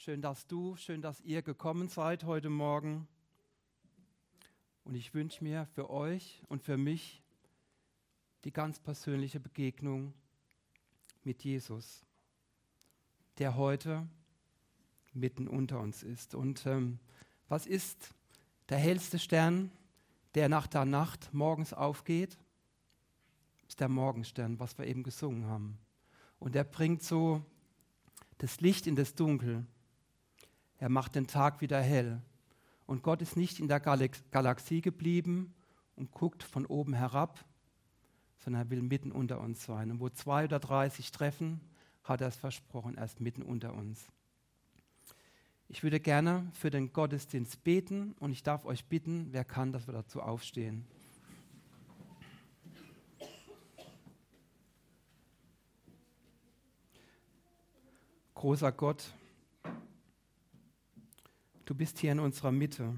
schön, dass ihr gekommen seid heute Morgen. Und ich wünsche mir für euch und für mich die ganz persönliche Begegnung mit Jesus, der heute mitten unter uns ist. Und was ist der hellste Stern, der nach der Nacht morgens aufgeht? Das ist der Morgenstern, was wir eben gesungen haben. Und er bringt so das Licht in das Dunkel. Er macht den Tag wieder hell. Und Gott ist nicht in der Galaxie geblieben und guckt von oben herab, sondern er will mitten unter uns sein. Und wo 2 oder 3 sich treffen, hat er es versprochen, er ist mitten unter uns. Ich würde gerne für den Gottesdienst beten und ich darf euch bitten, wer kann, dass wir dazu aufstehen. Großer Gott, du bist hier in unserer Mitte.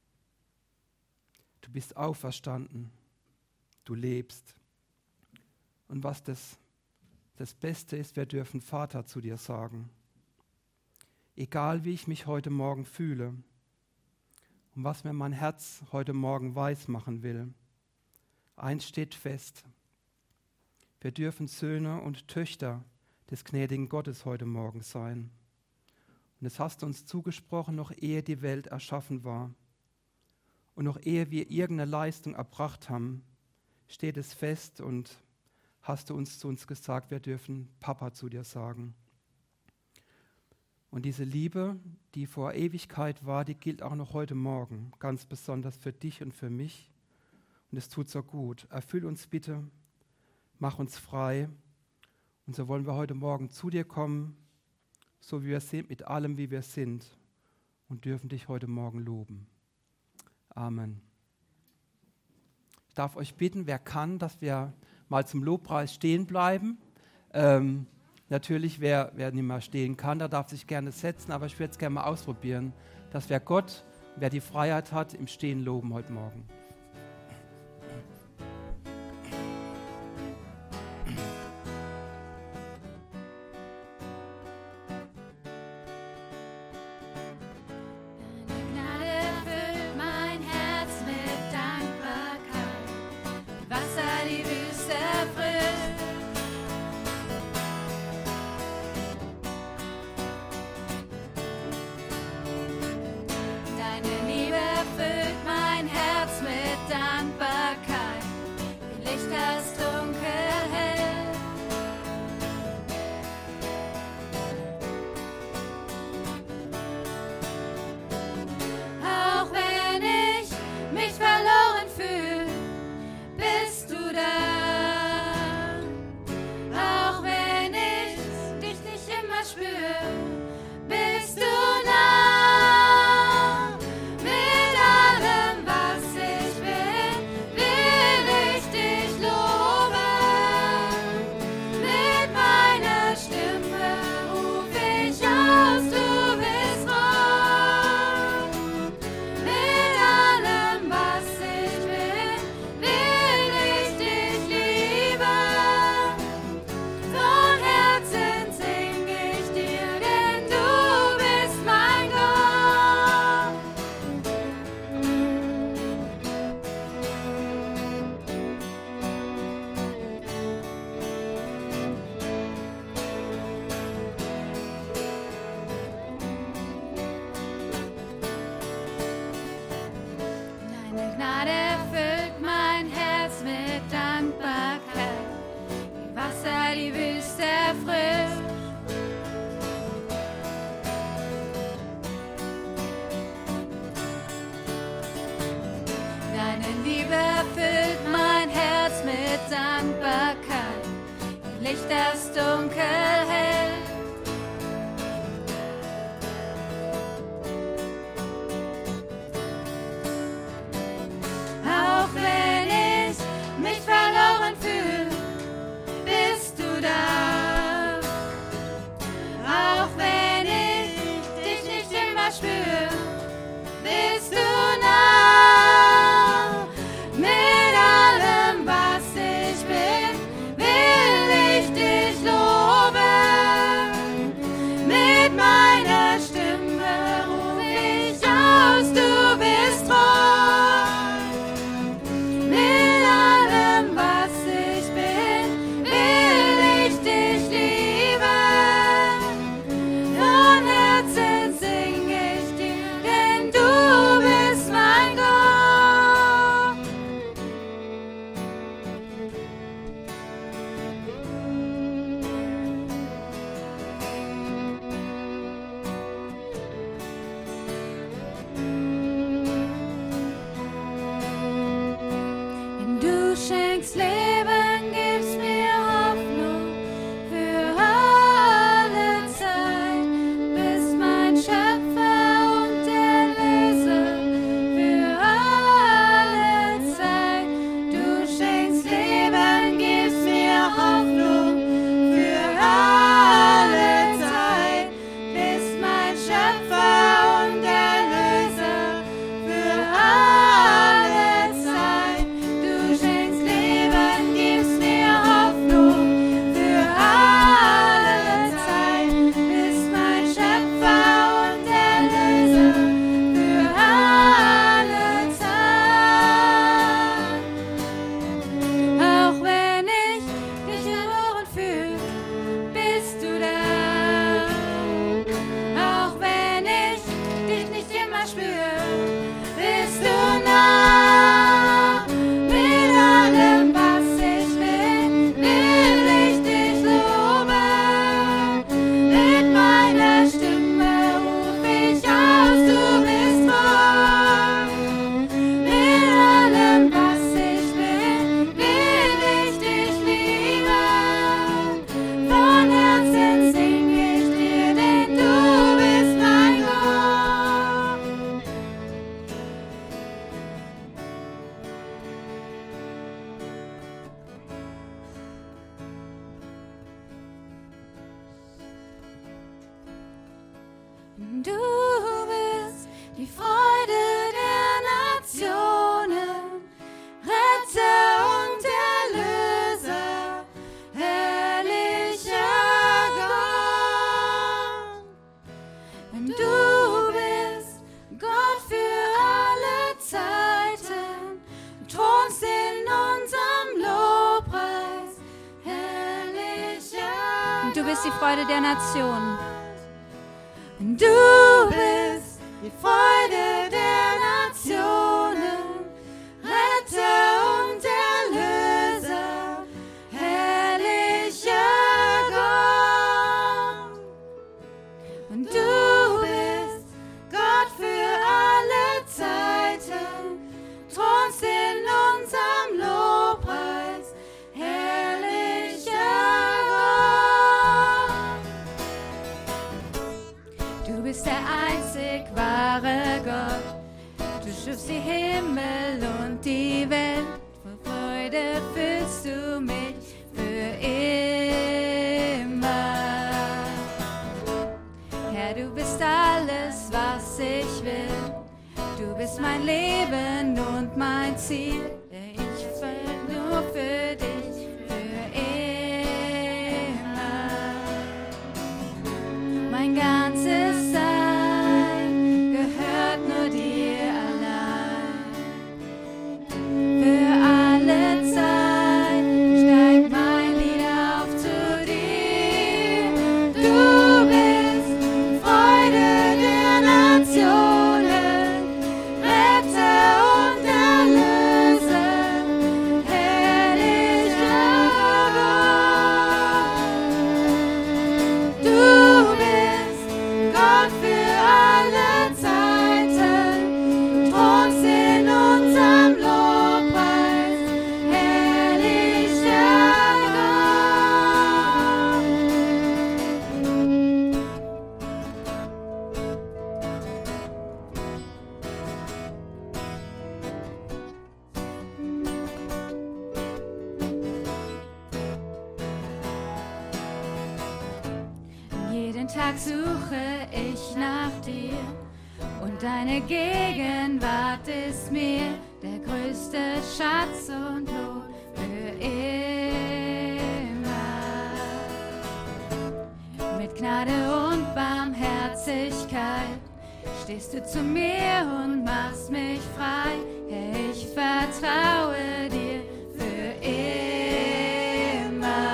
Du bist auferstanden. Du lebst. Und was das Beste ist, wir dürfen Vater zu dir sagen. Egal wie ich mich heute Morgen fühle und was mir mein Herz heute Morgen weiß machen will, eins steht fest. Wir dürfen Söhne und Töchter des gnädigen Gottes heute Morgen sein. Und es hast du uns zugesprochen, noch ehe die Welt erschaffen war. Und noch ehe wir irgendeine Leistung erbracht haben, steht es fest und hast du uns zu uns gesagt, wir dürfen Papa zu dir sagen. Und diese Liebe, die vor Ewigkeit war, die gilt auch noch heute Morgen, ganz besonders für dich und für mich. Und es tut so gut. Erfüll uns bitte, mach uns frei. Und so wollen wir heute Morgen zu dir kommen, so wie wir sind, mit allem, wie wir sind, und dürfen dich heute Morgen loben. Amen. Ich darf euch bitten, wer kann, dass wir mal zum Lobpreis stehen bleiben. Natürlich, wer nicht mehr stehen kann, der darf sich gerne setzen, aber ich würde es gerne mal ausprobieren, dass wer Gott, wer die Freiheit hat, im Stehen loben heute Morgen. Das Dunkel hell. Auch wenn ich mich verloren fühle, bist du da. Auch wenn ich dich nicht immer spüre, bist du nah. Mit allem, was ich bin, will ich dich loben. Du bist die Freude der Nationen, Retter und Erlöser, herrlicher Gott. Du bist Gott für alle Zeiten, thronst in unserem Lobpreis, herrlicher Gott. Du bist die Freude der Nationen. Du bist die Freude der Nationen, Retter und Erlöser, herrlicher Gott. Und du bist Gott für alle Zeiten, thronst in unserem Lobpreis, herrlicher Gott. Du bist der einzig wahre Gott. Du schaffst die Himmel und die Welt. Vor Freude füllst du mich für immer. Herr, du bist alles, was ich will. Du bist mein Leben und mein Ziel. Ich will nur für dich, für immer. Mein ganzes Sein gehört nur dir allein. Für alle Zeit steigt mein Lied auf zu dir. Du bist Freude der Nationen, Retter und Erlöser, herrlicher Gott. Du bist Gott für alle Zeiten, thronst in unserem Lobpreis, herrlicher Jeden Tag suche ich nach dir und deine Gegenwart ist mir der größte Schatz und Lohn für immer. Mit Gnade und Barmherzigkeit stehst du zu mir und machst mich frei. Herr, ich vertraue dir für immer.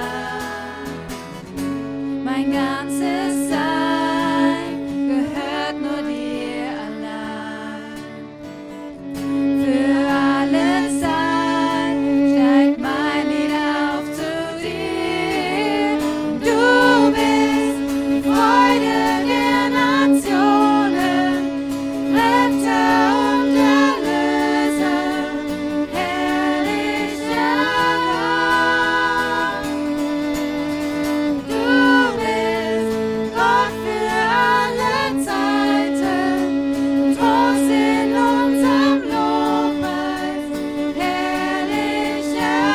Mein ganzes Sein gehört nur dir allein. Für alle Zeit steigt mein Lied auf zu dir. Du bist die Freude der Nationen, Retter und Erlöser, herrlicher Gott. Du bist Gott für alle Zeiten, thronst in unserem Lobpreis, herrlicher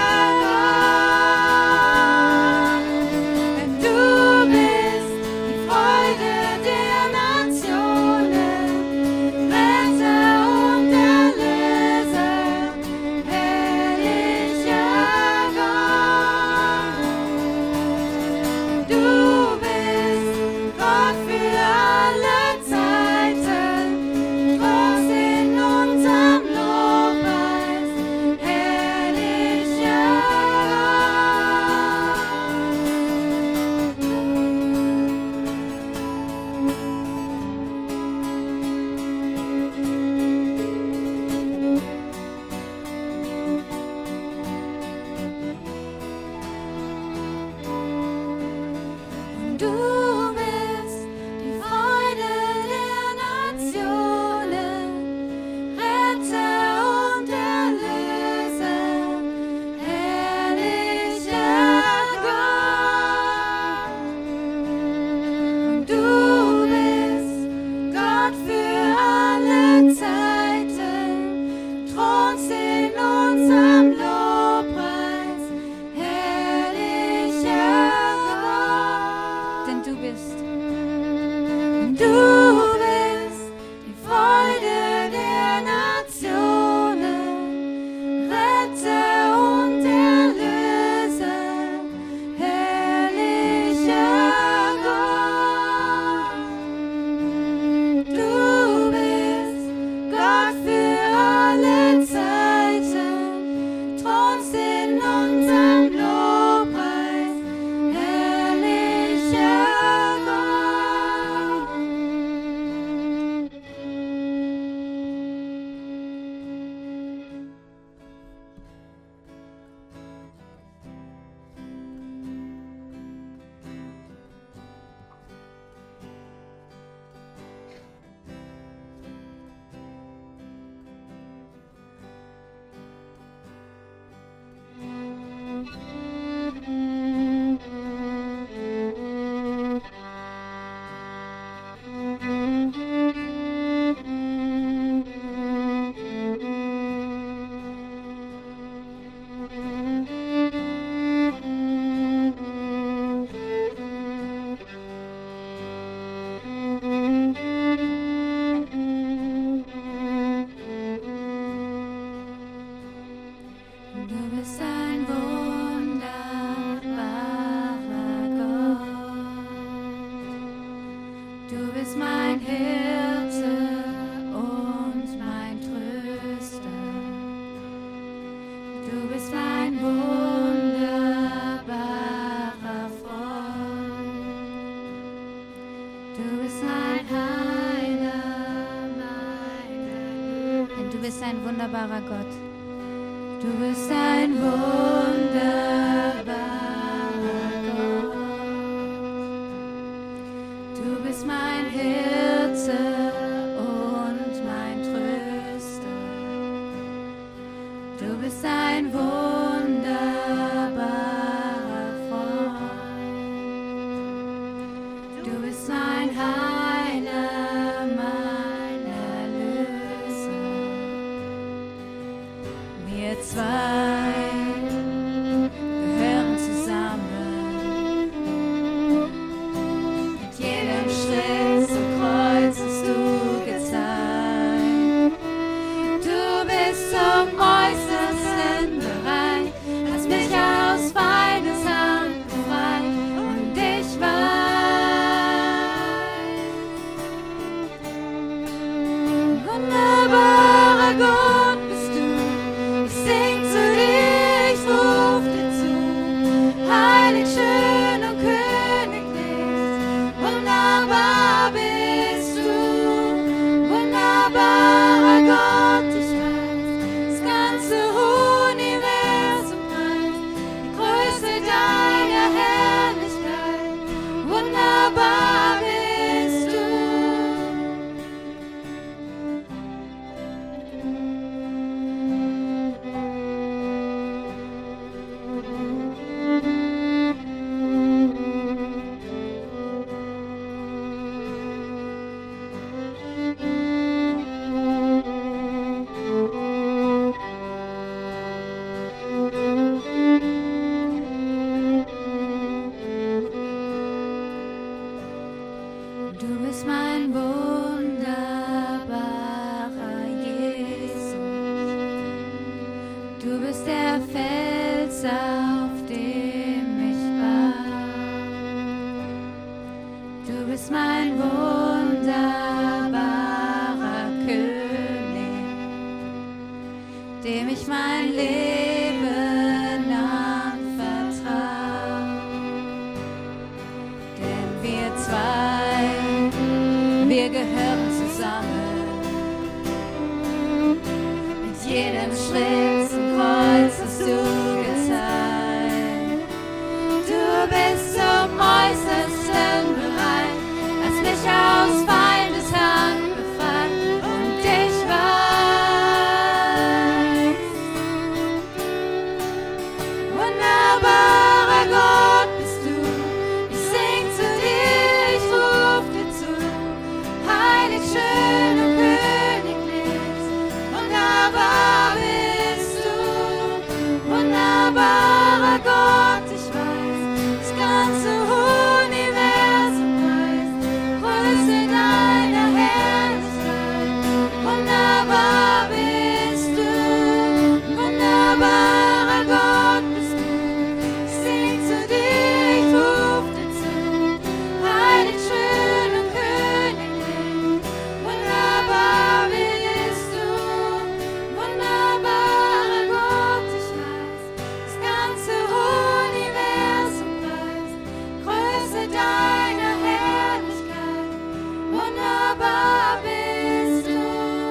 Gott. Du bist die Freude der Nationen, Retter und Erlöser, herrlicher Gott. Du bist Gott für alle Zeiten, thronst in unserem Lobpreis, herrlicher Und du bist die Freude der Nationen, Retter und Erlöser, herrlicher Gott. Und du bist Gott für alle Zeiten, thronst in unserem Lobpreis, herrlicher Gott. Denn du bist Du bist ein wunderbarer Gott. Du bist ein wunderbarer Gott. Du bist mein Hirte und mein Tröster. Du bist ein wunderbarer Freund. Du bist mein Heiler, mein Erlöser. Wir zwei gehören zusammen. Mit jedem Schritt zum Kreuz hast du gezeigt. Du bist zum Äußersten bereit, hast mich aus Feindes Hand befreit. Und ich weiß, wunderbarer Gott bist du. Ich sing zu dir, ich ruf dir zu. Heilig, schön und königlich, wunderbar bist du. Wunderbarer Gott, ich weiß, das ganze Universum preist die Größe deiner Herrlichkeit. Wunderbar bist du. Du bist mein wunderbarer Jesus. Du bist der Fels, auf dem ich baue. Du bist mein wunderbarer König, dem ich mein Leben anvertraue. Denn wir zwei, wir gehören zusammen. Mit jedem Schritt zum Kreuz hast du gezeigt. Du bist zum Äußersten bereit, hast mich aus Feindes Hand befreit. Und ich weiß, wunderbarer Gott bist du. Ich sing zu dir, ich ruf dir zu. Heilig, schön und königlich, wunderbar bist du. Wunderbarer Gott, ich weiß, das ganze Universum preist Größe deiner Herrlichkeit. Wunderbar bist du. Wunderbarer Gott bist du. Ich sing zu dir, ich ruf dir zu. Heilig, schön und königlich, wunderbar bist du. Wunderbarer Gott, ich weiß, das ganze Universum preist Größe deiner Herrlichkeit. Wunderbar bist du.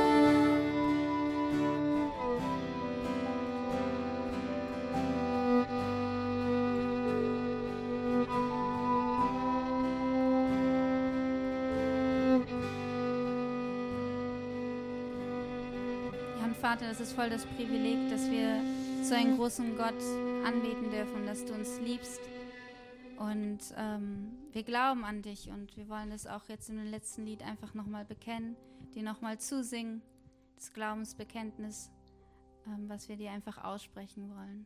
Ja, und Vater, das ist voll das Privileg, dass wir so einen großen Gott anbeten dürfen, dass du uns liebst. Und wir glauben an dich und wir wollen das auch jetzt in dem letzten Lied einfach nochmal bekennen, dir nochmal zusingen, das Glaubensbekenntnis, was wir dir einfach aussprechen wollen.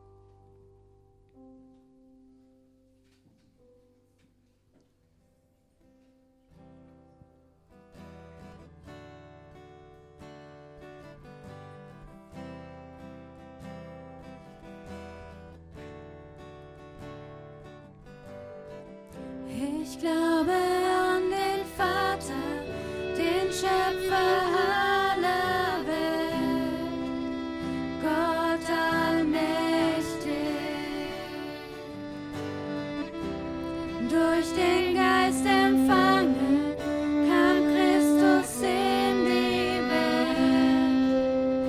Ich glaube an den Vater, den Schöpfer aller Welt, Gott allmächtig. Durch den Geist empfangen kam Christus in die Welt.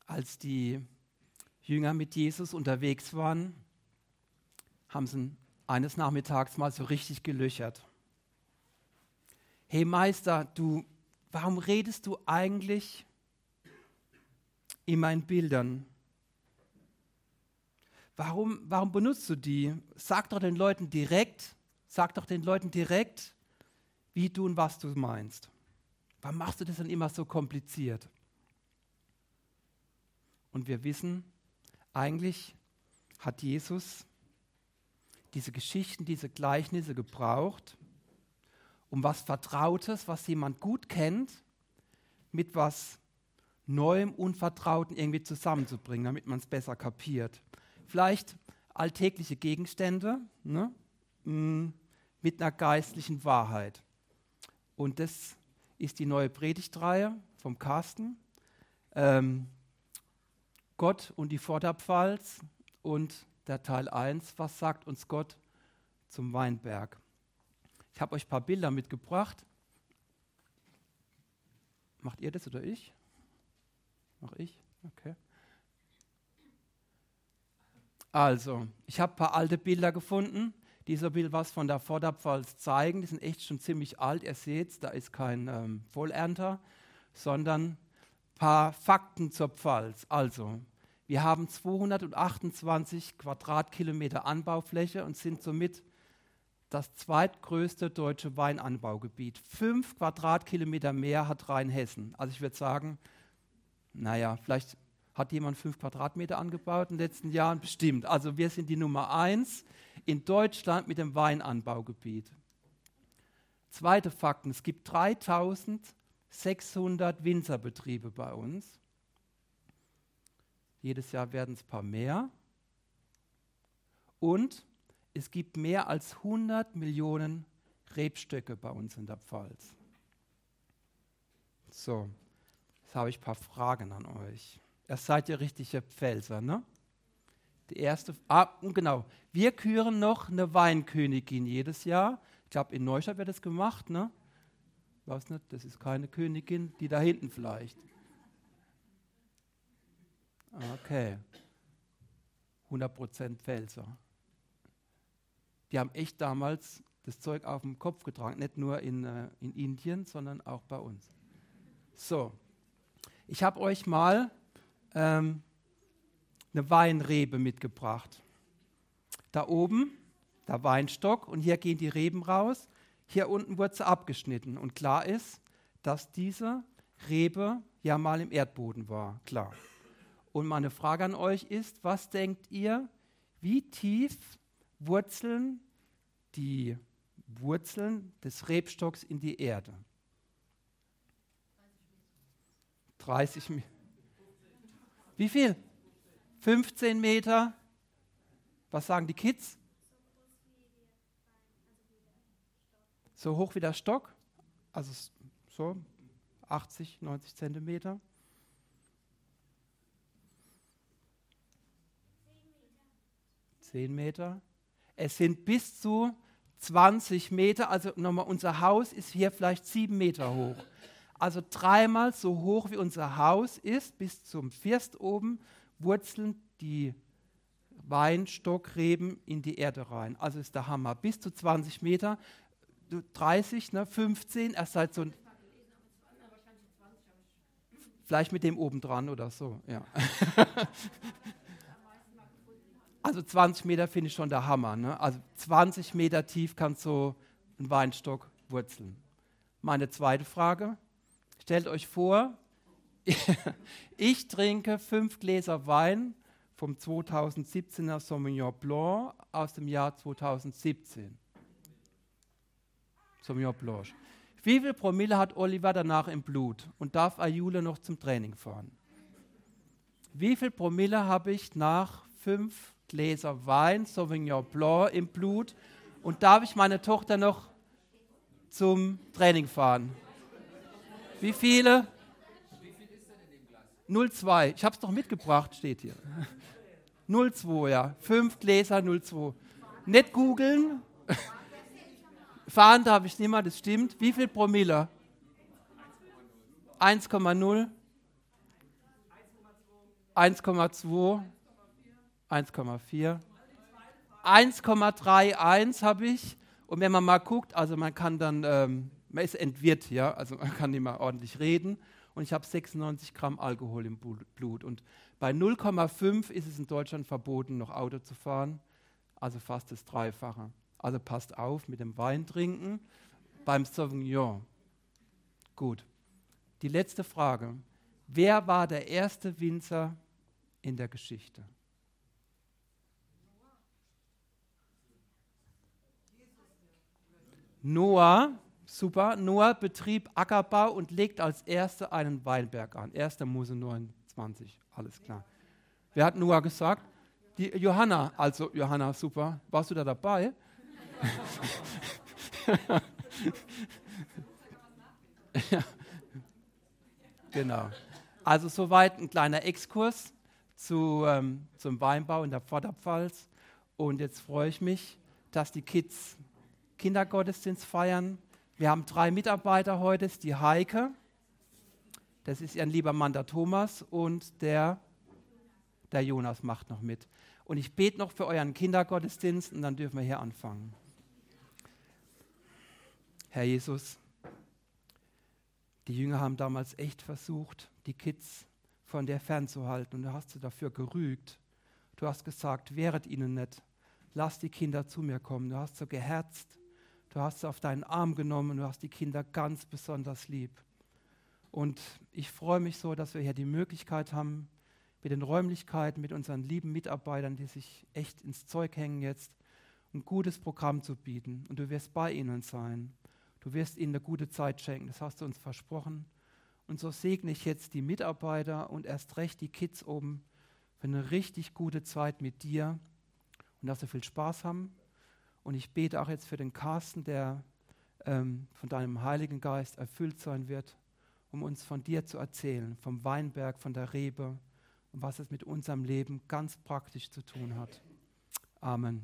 Als die Jünger mit Jesus unterwegs waren, haben sie ihn eines Nachmittags mal so richtig gelöchert. Hey Meister, warum redest du eigentlich immer in Bildern? Warum benutzt du die? Sag doch den Leuten direkt, wie du und was du meinst. Warum machst du das dann immer so kompliziert? Und wir wissen, eigentlich hat Jesus diese Geschichten, diese Gleichnisse gebraucht, um was Vertrautes, was jemand gut kennt, mit was Neuem, Unvertrauten irgendwie zusammenzubringen, damit man es besser kapiert. Vielleicht alltägliche Gegenstände, ne? Mit einer geistlichen Wahrheit. Und das ist die neue Predigtreihe vom Carsten. Gott und die Vorderpfalz und der Teil 1, was sagt uns Gott zum Weinberg? Ich habe euch ein paar Bilder mitgebracht. Macht ihr das oder ich? Mach ich? Okay. Also, ich habe ein paar alte Bilder gefunden. Dieser will was von der Vorderpfalz zeigen. Die sind echt schon ziemlich alt. Ihr seht, da ist kein Vollernter, sondern ein paar Fakten zur Pfalz. Also, wir haben 228 Quadratkilometer Anbaufläche und sind somit das zweitgrößte deutsche Weinanbaugebiet. 5 Quadratkilometer mehr hat Rheinhessen. Also ich würde sagen, naja, vielleicht hat jemand 5 Quadratmeter angebaut in den letzten Jahren? Bestimmt. Also wir sind die Nummer 1 in Deutschland mit dem Weinanbaugebiet. Zweite Fakten, es gibt 3600 Winzerbetriebe bei uns. Jedes Jahr werden es ein paar mehr. Und es gibt mehr als 100 Millionen Rebstöcke bei uns in der Pfalz. So, jetzt habe ich ein paar Fragen an euch. Ihr seid ja richtige Pfälzer, ne? Die erste, genau, wir küren noch eine Weinkönigin jedes Jahr. Ich glaube, in Neustadt wird das gemacht, ne? Weiß nicht, das ist keine Königin, die da hinten vielleicht. Okay. 100% Pfälzer. Die haben echt damals das Zeug auf dem Kopf getragen, nicht nur in Indien, sondern auch bei uns. So, ich habe euch mal eine Weinrebe mitgebracht. Da oben der Weinstock und hier gehen die Reben raus. Hier unten wurde sie abgeschnitten und klar ist, dass diese Rebe ja mal im Erdboden war, klar. Und meine Frage an euch ist, was denkt ihr, wie tief wurzeln die Wurzeln des Rebstocks in die Erde? 30 Meter. Wie viel? 15 Meter? Was sagen die Kids? So hoch wie der Stock? Also so 80, 90 Zentimeter? 10 Meter. Es sind bis zu 20 Meter, also nochmal, unser Haus ist hier vielleicht 7 Meter hoch. Also 3-mal so hoch wie unser Haus ist, bis zum First oben, wurzeln die Weinstockreben in die Erde rein. Also ist der Hammer. Bis zu 20 Meter, 30, 15, erst seit so ein. Vielleicht mit dem oben dran oder so, ja. Also 20 Meter finde ich schon der Hammer. Ne? Also 20 Meter tief kann so ein Weinstock wurzeln. Meine zweite Frage. Stellt euch vor, ich trinke 5 Gläser Wein vom 2017er Sauvignon Blanc aus dem Jahr 2017. Sauvignon Blanc. Wie viel Promille hat Oliver danach im Blut und darf Ayule noch zum Training fahren? Wie viel Promille habe ich nach 5 Gläser Wein, Sauvignon Blanc im Blut und darf ich meine Tochter noch zum Training fahren? Wie viele? Wie viel ist denn in dem Glas? 0,2. Ich habe es doch mitgebracht, steht hier. 0,2, ja. 5 Gläser 0,2. Nicht googeln. Fahren darf ich nicht mehr, das stimmt. Wie viel Promille? 1,0. 1,2, 1,4, 1,31 habe ich. Und wenn man mal guckt, also man kann dann, man ist entwirrt, ja, also man kann nicht mehr ordentlich reden. Und ich habe 96 Gramm Alkohol im Blut. Und bei 0,5 ist es in Deutschland verboten, noch Auto zu fahren. Also fast das Dreifache. Also passt auf mit dem Wein trinken beim Sauvignon. Gut. Die letzte Frage. Wer war der erste Winzer in der Geschichte? Noah, super. Noah betrieb Ackerbau und legt als Erster einen Weinberg an. 1. Mose 29, alles klar. Wer hat Noah gesagt? Die Johanna, also Johanna, super. Warst du da dabei? Ja. Genau. Also soweit ein kleiner Exkurs zum Weinbau in der Vorderpfalz. Und jetzt freue ich mich, dass die Kids Kindergottesdienst feiern. Wir haben 3 Mitarbeiter heute, das ist die Heike, das ist ihr lieber Mann, der Thomas, und der Jonas macht noch mit. Und ich bete noch für euren Kindergottesdienst und dann dürfen wir hier anfangen. Herr Jesus, die Jünger haben damals echt versucht, die Kids von dir fernzuhalten, und du hast sie dafür gerügt. Du hast gesagt, wehret ihnen nicht, lasst die Kinder zu mir kommen. Du hast so geherzt, du hast sie auf deinen Arm genommen, du hast die Kinder ganz besonders lieb. Und ich freue mich so, dass wir hier die Möglichkeit haben, mit den Räumlichkeiten, mit unseren lieben Mitarbeitern, die sich echt ins Zeug hängen jetzt, ein gutes Programm zu bieten. Und du wirst bei ihnen sein. Du wirst ihnen eine gute Zeit schenken, das hast du uns versprochen. Und so segne ich jetzt die Mitarbeiter und erst recht die Kids oben für eine richtig gute Zeit mit dir und dass sie viel Spaß haben. Und ich bete auch jetzt für den Carsten, der von deinem Heiligen Geist erfüllt sein wird, um uns von dir zu erzählen, vom Weinberg, von der Rebe und was es mit unserem Leben ganz praktisch zu tun hat. Amen.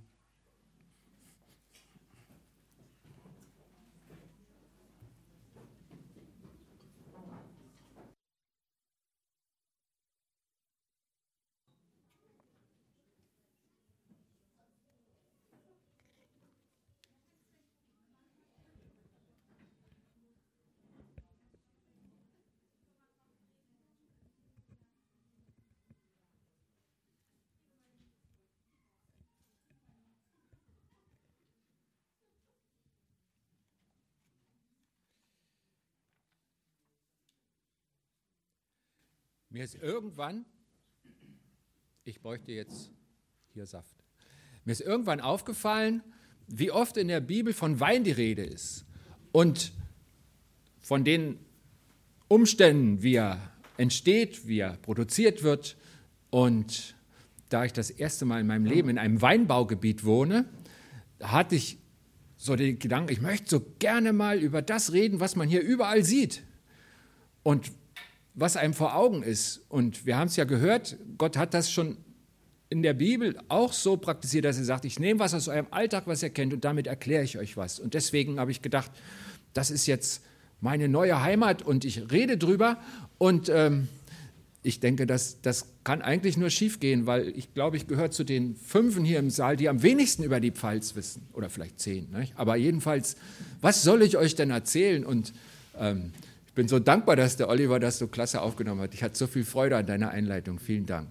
Mir ist irgendwann, ich bräuchte jetzt hier Saft, mir ist irgendwann aufgefallen, wie oft in der Bibel von Wein die Rede ist und von den Umständen, wie er entsteht, wie er produziert wird. Und da ich das erste Mal in meinem Leben in einem Weinbaugebiet wohne, hatte ich so den Gedanken, ich möchte so gerne mal über das reden, was man hier überall sieht und was einem vor Augen ist. Und wir haben es ja gehört, Gott hat das schon in der Bibel auch so praktiziert, dass er sagt, ich nehme was aus eurem Alltag, was ihr kennt, und damit erkläre ich euch was. Und deswegen habe ich gedacht, das ist jetzt meine neue Heimat und ich rede drüber. Und ich denke, das kann eigentlich nur schief gehen, weil ich glaube, ich gehöre zu den 5 hier im Saal, die am wenigsten über die Pfalz wissen. Oder vielleicht 10. Nicht? Aber jedenfalls, was soll ich euch denn erzählen? Und ich bin so dankbar, dass der Oliver das so klasse aufgenommen hat. Ich hatte so viel Freude an deiner Einleitung. Vielen Dank.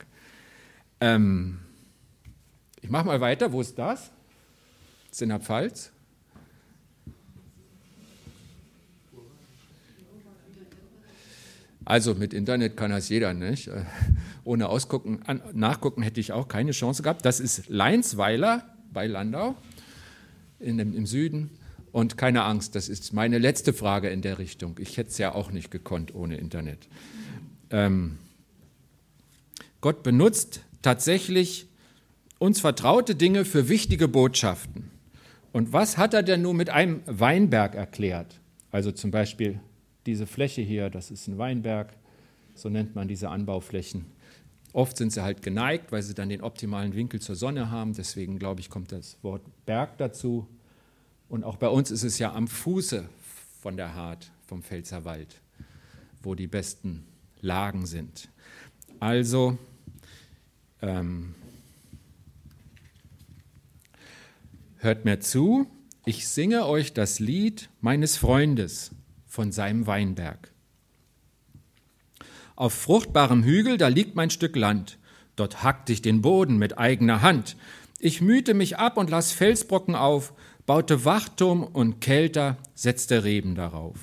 Ich mache mal weiter. Wo ist das? Das ist in der Pfalz. Also mit Internet kann das jeder, nicht? Ohne nachgucken hätte ich auch keine Chance gehabt. Das ist Leinsweiler bei Landau im Süden. Und keine Angst, das ist meine letzte Frage in der Richtung. Ich hätte es ja auch nicht gekonnt ohne Internet. Gott benutzt tatsächlich uns vertraute Dinge für wichtige Botschaften. Und was hat er denn nun mit einem Weinberg erklärt? Also zum Beispiel diese Fläche hier, das ist ein Weinberg, so nennt man diese Anbauflächen. Oft sind sie halt geneigt, weil sie dann den optimalen Winkel zur Sonne haben. Deswegen, glaube ich, kommt das Wort Berg dazu. Und auch bei uns ist es ja am Fuße von der Hart, vom Pfälzerwald, wo die besten Lagen sind. Also Hört mir zu, ich singe euch das Lied meines Freundes von seinem Weinberg. Auf fruchtbarem Hügel, da liegt mein Stück Land. Dort hackte ich den Boden mit eigener Hand. Ich mühte mich ab und las Felsbrocken auf, baute Wachturm und Kelter, setzte Reben darauf.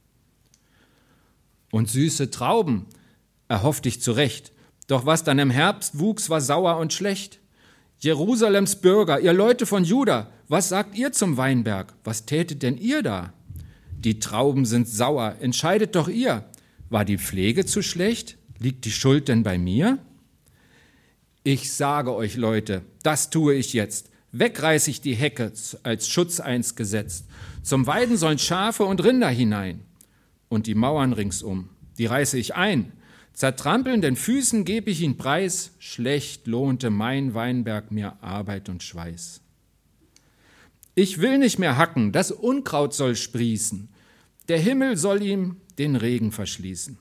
Und süße Trauben erhoffte ich zurecht, doch was dann im Herbst wuchs, war sauer und schlecht. Jerusalems Bürger, ihr Leute von Juda, was sagt ihr zum Weinberg? Was tätet denn ihr da? Die Trauben sind sauer, entscheidet doch ihr. War die Pflege zu schlecht? Liegt die Schuld denn bei mir? Ich sage euch, Leute, das tue ich jetzt. Wegreiß ich die Hecke, als Schutz einst gesetzt. Zum Weiden sollen Schafe und Rinder hinein. Und die Mauern ringsum, die reiße ich ein. Zertrampelnden Füßen gebe ich ihn preis. Schlecht lohnte mein Weinberg mir Arbeit und Schweiß. Ich will nicht mehr hacken, das Unkraut soll sprießen. Der Himmel soll ihm den Regen verschließen.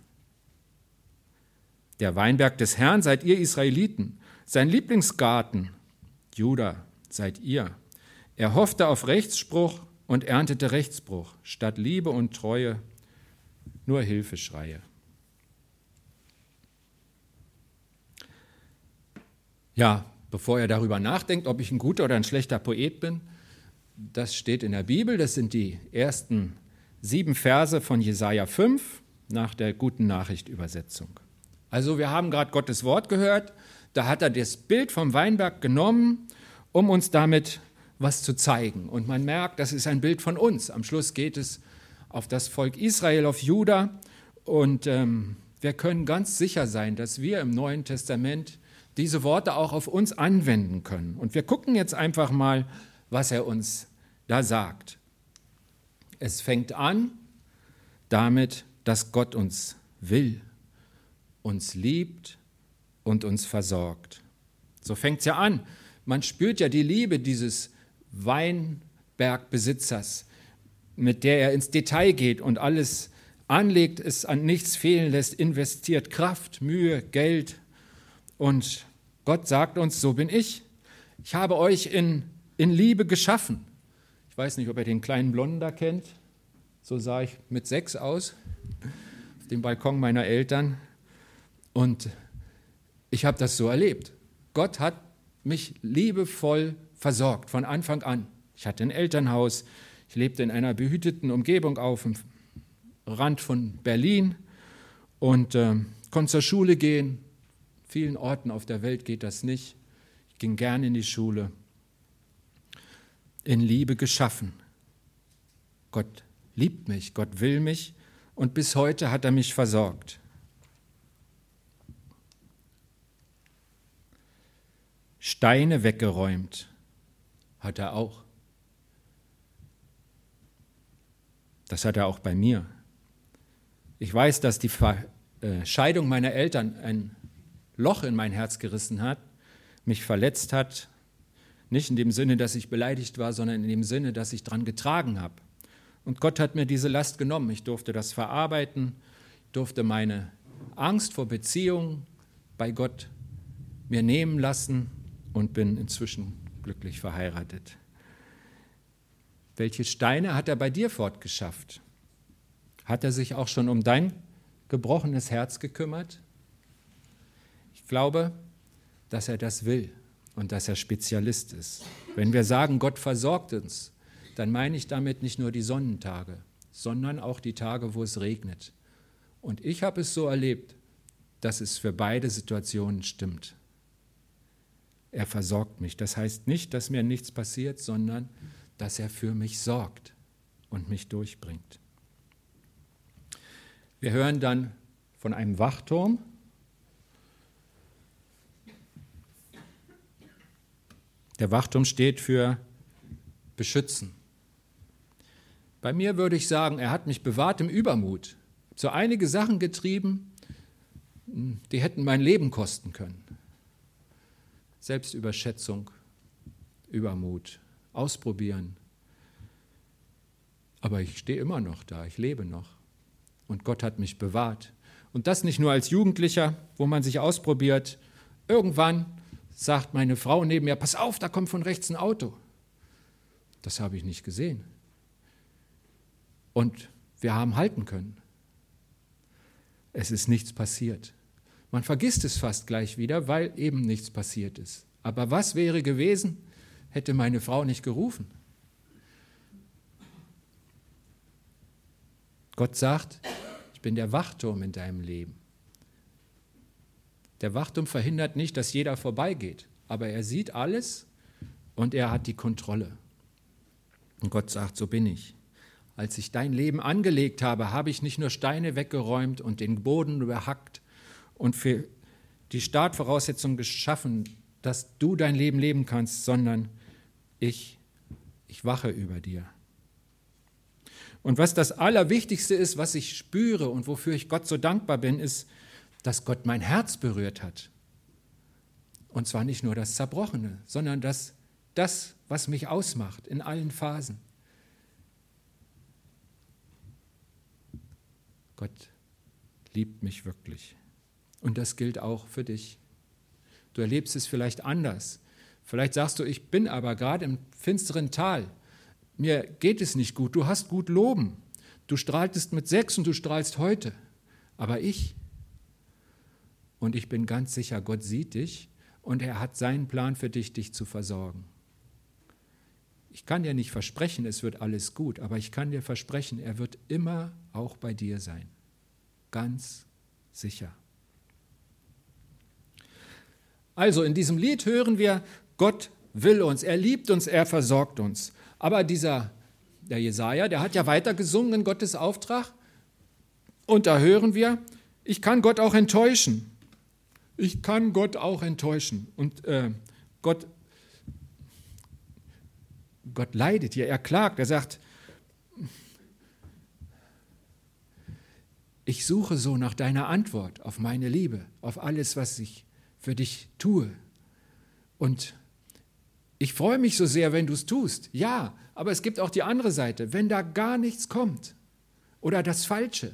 Der Weinberg des Herrn seid ihr Israeliten, sein Lieblingsgarten, Juda, seid ihr. Er hoffte auf Rechtsspruch und erntete Rechtsbruch, statt Liebe und Treue nur Hilfeschreie. Ja, bevor ihr darüber nachdenkt, ob ich ein guter oder ein schlechter Poet bin, das steht in der Bibel, das sind die ersten 7 Verse von Jesaja 5 nach der Guten Nachricht-Übersetzung. Also wir haben gerade Gottes Wort gehört, da hat er das Bild vom Weinberg genommen, um uns damit was zu zeigen. Und man merkt, das ist ein Bild von uns. Am Schluss geht es auf das Volk Israel, auf Juda. Und wir können ganz sicher sein, dass wir im Neuen Testament diese Worte auch auf uns anwenden können. Und wir gucken jetzt einfach mal, was er uns da sagt. Es fängt an damit, dass Gott uns will, uns liebt und uns versorgt. So fängt es ja an. Man spürt ja die Liebe dieses Weinbergbesitzers, mit der er ins Detail geht und alles anlegt, es an nichts fehlen lässt, investiert Kraft, Mühe, Geld. Und Gott sagt uns, so bin ich. Ich habe euch in Liebe geschaffen. Ich weiß nicht, ob ihr den kleinen Blonden da kennt. So sah ich mit 6 aus, auf dem Balkon meiner Eltern. Und ich habe das so erlebt. Gott hat mich liebevoll versorgt, von Anfang an. Ich hatte ein Elternhaus, ich lebte in einer behüteten Umgebung auf dem Rand von Berlin und konnte zur Schule gehen. Vielen Orten auf der Welt geht das nicht. Ich ging gern in die Schule. In Liebe geschaffen. Gott liebt mich, Gott will mich und bis heute hat er mich versorgt. Steine weggeräumt hat er auch. Das hat er auch bei mir. Ich weiß, dass die Scheidung meiner Eltern ein Loch in mein Herz gerissen hat, mich verletzt hat, nicht in dem Sinne, dass ich beleidigt war, sondern in dem Sinne, dass ich daran getragen habe. Und Gott hat mir diese Last genommen. Ich durfte das verarbeiten, durfte meine Angst vor Beziehungen bei Gott mir nehmen lassen und bin inzwischen glücklich verheiratet. Welche Steine hat er bei dir fortgeschafft? Hat er sich auch schon um dein gebrochenes Herz gekümmert? Ich glaube, dass er das will und dass er Spezialist ist. Wenn wir sagen, Gott versorgt uns, dann meine ich damit nicht nur die Sonnentage, sondern auch die Tage, wo es regnet. Und ich habe es so erlebt, dass es für beide Situationen stimmt. Er versorgt mich. Das heißt nicht, dass mir nichts passiert, sondern dass er für mich sorgt und mich durchbringt. Wir hören dann von einem Wachturm. Der Wachturm steht für beschützen. Bei mir würde ich sagen, er hat mich bewahrt im Übermut. So einige Sachen getrieben, die hätten mein Leben kosten können. Selbstüberschätzung, Übermut, ausprobieren. Aber ich stehe immer noch da, ich lebe noch. Und Gott hat mich bewahrt. Und das nicht nur als Jugendlicher, wo man sich ausprobiert. Irgendwann sagt meine Frau neben mir, pass auf, da kommt von rechts ein Auto. Das habe ich nicht gesehen. Und wir haben halten können. Es ist nichts passiert. Man vergisst es fast gleich wieder, weil eben nichts passiert ist. Aber was wäre gewesen, hätte meine Frau nicht gerufen? Gott sagt, ich bin der Wachturm in deinem Leben. Der Wachturm verhindert nicht, dass jeder vorbeigeht, aber er sieht alles und er hat die Kontrolle. Und Gott sagt, so bin ich. Als ich dein Leben angelegt habe, habe ich nicht nur Steine weggeräumt und den Boden überhackt und für die Startvoraussetzungen geschaffen, dass du dein Leben leben kannst, sondern ich wache über dir. Und was das Allerwichtigste ist, was ich spüre und wofür ich Gott so dankbar bin, ist, dass Gott mein Herz berührt hat. Und zwar nicht nur das Zerbrochene, sondern das, was mich ausmacht in allen Phasen. Gott liebt mich wirklich. Und das gilt auch für dich. Du erlebst es vielleicht anders. Vielleicht sagst du, ich bin aber gerade im finsteren Tal. Mir geht es nicht gut. Du hast gut Loben. Du strahltest mit 6 und du strahlst heute. Aber ich bin ganz sicher, Gott sieht dich und er hat seinen Plan für dich, dich zu versorgen. Ich kann dir nicht versprechen, es wird alles gut, aber ich kann dir versprechen, er wird immer auch bei dir sein. Ganz sicher. Also in diesem Lied hören wir, Gott will uns, er liebt uns, er versorgt uns. Aber der Jesaja, der hat ja weiter gesungen in Gottes Auftrag. Und da hören wir, ich kann Gott auch enttäuschen. Ich kann Gott auch enttäuschen. Und Gott leidet hier, er klagt, er sagt, ich suche so nach deiner Antwort auf meine Liebe, auf alles, was ich für dich tue. Und ich freue mich so sehr, wenn du es tust. Ja, aber es gibt auch die andere Seite. Wenn da gar nichts kommt oder das Falsche,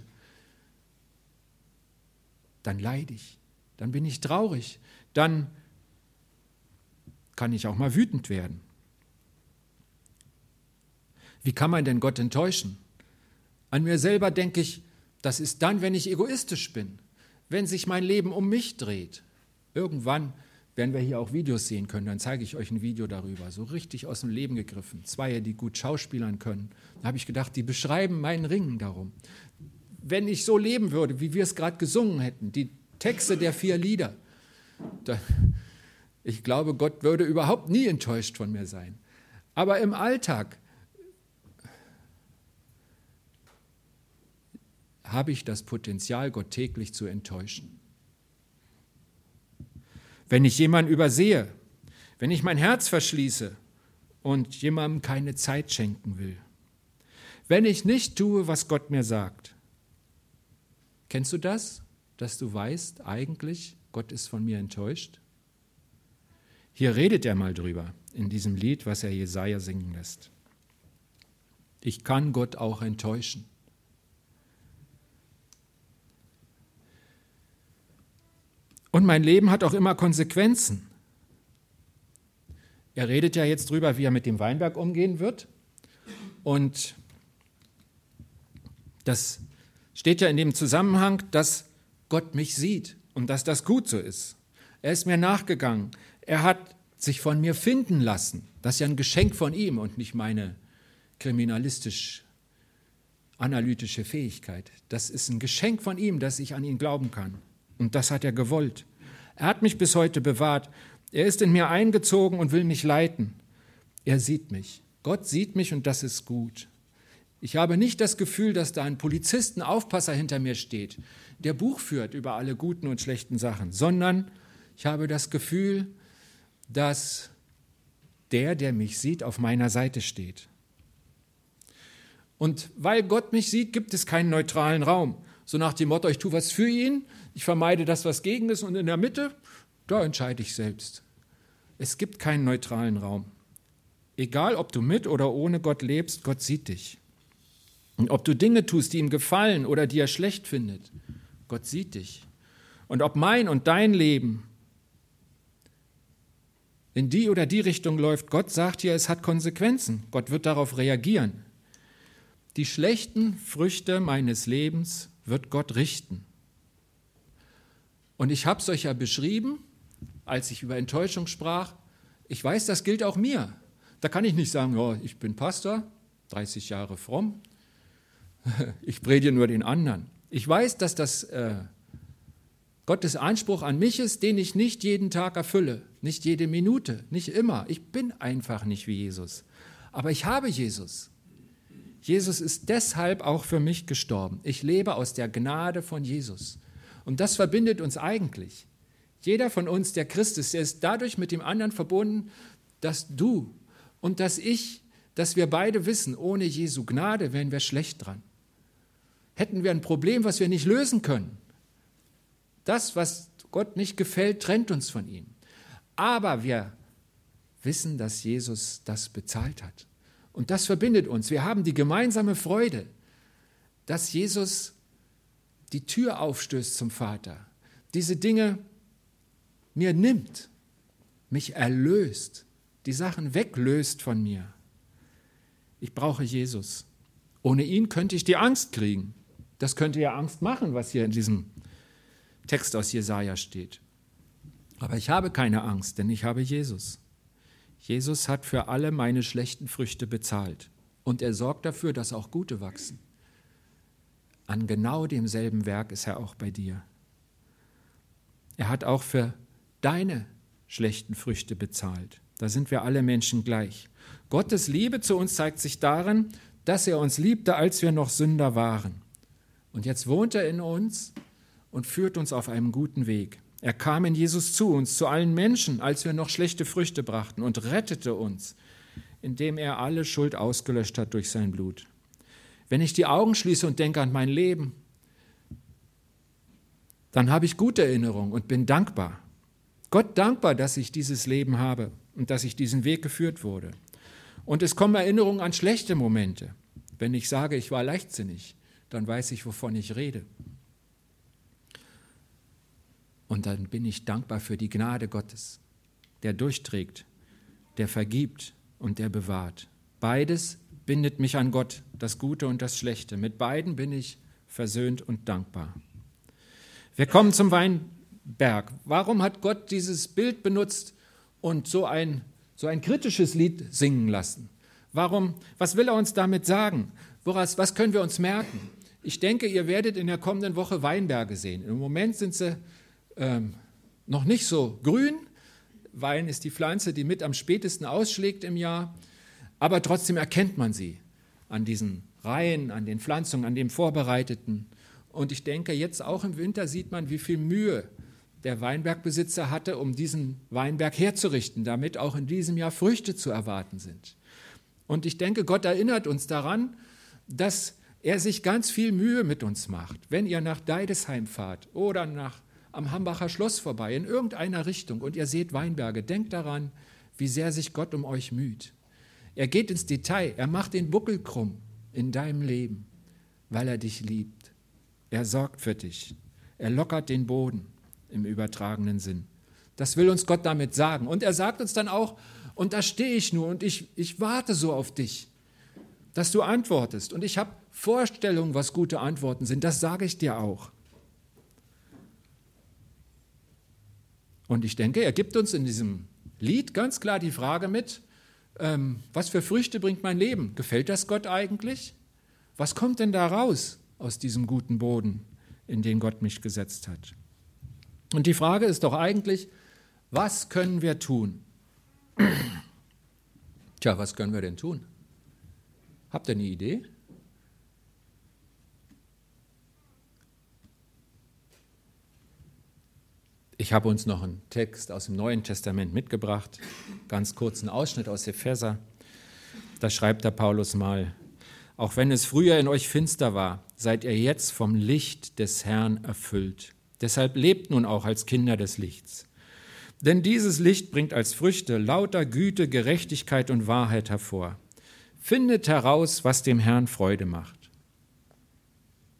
dann leide ich, dann bin ich traurig, dann kann ich auch mal wütend werden. Wie kann man denn Gott enttäuschen? An mir selber denke ich, das ist dann, wenn ich egoistisch bin, wenn sich mein Leben um mich dreht. Irgendwann werden wir hier auch Videos sehen können, dann zeige ich euch ein Video darüber, so richtig aus dem Leben gegriffen. 2, die gut schauspielern können. Da habe ich gedacht, die beschreiben meinen Ringen darum. Wenn ich so leben würde, wie wir es gerade gesungen hätten, die Texte der 4 Lieder, ich glaube, Gott würde überhaupt nie enttäuscht von mir sein. Aber im Alltag habe ich das Potenzial, Gott täglich zu enttäuschen. Wenn ich jemanden übersehe, wenn ich mein Herz verschließe und jemandem keine Zeit schenken will, wenn ich nicht tue, was Gott mir sagt. Kennst du das, dass du weißt, eigentlich, Gott ist von mir enttäuscht? Hier redet er mal drüber, in diesem Lied, was er Jesaja singen lässt. Ich kann Gott auch enttäuschen. Und mein Leben hat auch immer Konsequenzen. Er redet ja jetzt drüber, wie er mit dem Weinberg umgehen wird. Und das steht ja in dem Zusammenhang, dass Gott mich sieht und dass das gut so ist. Er ist mir nachgegangen. Er hat sich von mir finden lassen. Das ist ja ein Geschenk von ihm und nicht meine kriminalistisch-analytische Fähigkeit. Das ist ein Geschenk von ihm, dass ich an ihn glauben kann. Und das hat er gewollt. Er hat mich bis heute bewahrt. Er ist in mir eingezogen und will mich leiten. Er sieht mich. Gott sieht mich und das ist gut. Ich habe nicht das Gefühl, dass da ein Polizist, ein Aufpasser hinter mir steht, der Buch führt über alle guten und schlechten Sachen, sondern ich habe das Gefühl, dass der mich sieht, auf meiner Seite steht. Und weil Gott mich sieht, gibt es keinen neutralen Raum. So nach dem Motto, ich tue was für ihn, ich vermeide das, was gegen ist und in der Mitte, da entscheide ich selbst. Es gibt keinen neutralen Raum. Egal, ob du mit oder ohne Gott lebst, Gott sieht dich. Und ob du Dinge tust, die ihm gefallen oder die er schlecht findet, Gott sieht dich. Und ob mein und dein Leben in die oder die Richtung läuft. Gott sagt hier, es hat Konsequenzen. Gott wird darauf reagieren. Die schlechten Früchte meines Lebens wird Gott richten. Und ich habe es euch ja beschrieben, als ich über Enttäuschung sprach. Ich weiß, das gilt auch mir. Da kann ich nicht sagen, ja, ich bin Pastor, 30 Jahre fromm, ich predige nur den anderen. Ich weiß, dass das Gottes Anspruch an mich ist, den ich nicht jeden Tag erfülle, nicht jede Minute, nicht immer. Ich bin einfach nicht wie Jesus. Aber ich habe Jesus. Jesus ist deshalb auch für mich gestorben. Ich lebe aus der Gnade von Jesus. Und das verbindet uns eigentlich. Jeder von uns, der Christ ist, der ist dadurch mit dem anderen verbunden, dass du und dass ich, dass wir beide wissen, ohne Jesu Gnade wären wir schlecht dran. Hätten wir ein Problem, was wir nicht lösen können. Das, was Gott nicht gefällt, trennt uns von ihm. Aber wir wissen, dass Jesus das bezahlt hat. Und das verbindet uns. Wir haben die gemeinsame Freude, dass Jesus die Tür aufstößt zum Vater, diese Dinge mir nimmt, mich erlöst, die Sachen weglöst von mir. Ich brauche Jesus. Ohne ihn könnte ich die Angst kriegen. Das könnte ja Angst machen, was hier in diesem Text aus Jesaja steht. Aber ich habe keine Angst, denn ich habe Jesus. Jesus hat für alle meine schlechten Früchte bezahlt. Und er sorgt dafür, dass auch gute wachsen. An genau demselben Werk ist er auch bei dir. Er hat auch für deine schlechten Früchte bezahlt. Da sind wir alle Menschen gleich. Gottes Liebe zu uns zeigt sich darin, dass er uns liebte, als wir noch Sünder waren. Und jetzt wohnt er in uns und führt uns auf einem guten Weg. Er kam in Jesus zu uns, zu allen Menschen, als wir noch schlechte Früchte brachten und rettete uns, indem er alle Schuld ausgelöscht hat durch sein Blut. Wenn ich die Augen schließe und denke an mein Leben, dann habe ich gute Erinnerungen und bin dankbar. Gott dankbar, dass ich dieses Leben habe und dass ich diesen Weg geführt wurde. Und es kommen Erinnerungen an schlechte Momente. Wenn ich sage, ich war leichtsinnig, dann weiß ich, wovon ich rede. Und dann bin ich dankbar für die Gnade Gottes, der durchträgt, der vergibt und der bewahrt. Beides bindet mich an Gott, das Gute und das Schlechte. Mit beiden bin ich versöhnt und dankbar. Wir kommen zum Weinberg. Warum hat Gott dieses Bild benutzt und so ein kritisches Lied singen lassen? Was will er uns damit sagen? Was können wir uns merken? Ich denke, ihr werdet in der kommenden Woche Weinberge sehen. Im Moment sind sie noch nicht so grün. Wein ist die Pflanze, die mit am spätesten ausschlägt im Jahr. Aber trotzdem erkennt man sie an diesen Reihen, an den Pflanzungen, an dem Vorbereiteten. Und ich denke, jetzt auch im Winter sieht man, wie viel Mühe der Weinbergbesitzer hatte, um diesen Weinberg herzurichten, damit auch in diesem Jahr Früchte zu erwarten sind. Und ich denke, Gott erinnert uns daran, dass er sich ganz viel Mühe mit uns macht. Wenn ihr nach Deidesheim fahrt oder am Hambacher Schloss vorbei, in irgendeiner Richtung, und ihr seht Weinberge, denkt daran, wie sehr sich Gott um euch müht. Er geht ins Detail, er macht den Buckel krumm in deinem Leben, weil er dich liebt. Er sorgt für dich, er lockert den Boden im übertragenen Sinn. Das will uns Gott damit sagen. Und er sagt uns dann auch, und da stehe ich nur und ich warte so auf dich, dass du antwortest. Und ich habe Vorstellungen, was gute Antworten sind, das sage ich dir auch. Und ich denke, er gibt uns in diesem Lied ganz klar die Frage mit, was für Früchte bringt mein Leben? Gefällt das Gott eigentlich? Was kommt denn da raus aus diesem guten Boden, in den Gott mich gesetzt hat? Und die Frage ist doch eigentlich, was können wir tun? Tja, was können wir denn tun? Habt ihr eine Idee? Ich habe uns noch einen Text aus dem Neuen Testament mitgebracht, ganz kurzen Ausschnitt aus Epheser. Da schreibt der Paulus mal: Auch wenn es früher in euch finster war, seid ihr jetzt vom Licht des Herrn erfüllt. Deshalb lebt nun auch als Kinder des Lichts. Denn dieses Licht bringt als Früchte lauter Güte, Gerechtigkeit und Wahrheit hervor. Findet heraus, was dem Herrn Freude macht.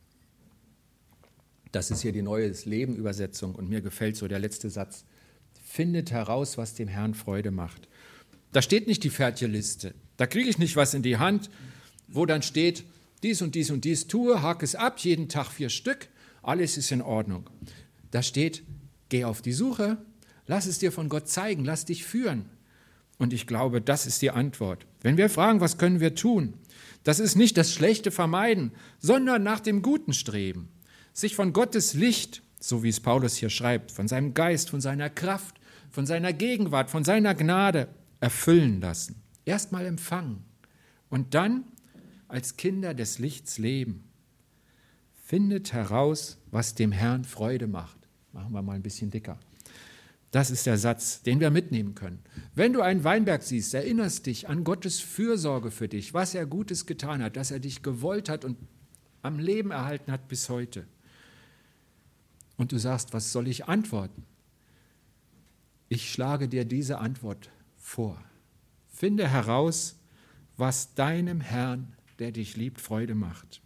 Das ist hier die Neue Leben-Übersetzung und mir gefällt so der letzte Satz. Findet heraus, was dem Herrn Freude macht. Da steht nicht die fertige Liste. Da kriege ich nicht was in die Hand, wo dann steht, dies und dies und dies tue, hake es ab, jeden Tag 4 Stück, alles ist in Ordnung. Da steht, geh auf die Suche, lass es dir von Gott zeigen, lass dich führen. Und ich glaube, das ist die Antwort. Wenn wir fragen, was können wir tun? Das ist nicht das Schlechte vermeiden, sondern nach dem Guten streben. Sich von Gottes Licht, so wie es Paulus hier schreibt, von seinem Geist, von seiner Kraft, von seiner Gegenwart, von seiner Gnade erfüllen lassen. Erstmal empfangen und dann als Kinder des Lichts leben. Findet heraus, was dem Herrn Freude macht. Machen wir mal ein bisschen dicker. Das ist der Satz, den wir mitnehmen können. Wenn du einen Weinberg siehst, erinnerst dich an Gottes Fürsorge für dich, was er Gutes getan hat, dass er dich gewollt hat und am Leben erhalten hat bis heute. Und du sagst, was soll ich antworten? Ich schlage dir diese Antwort vor. Finde heraus, was deinem Herrn, der dich liebt, Freude macht.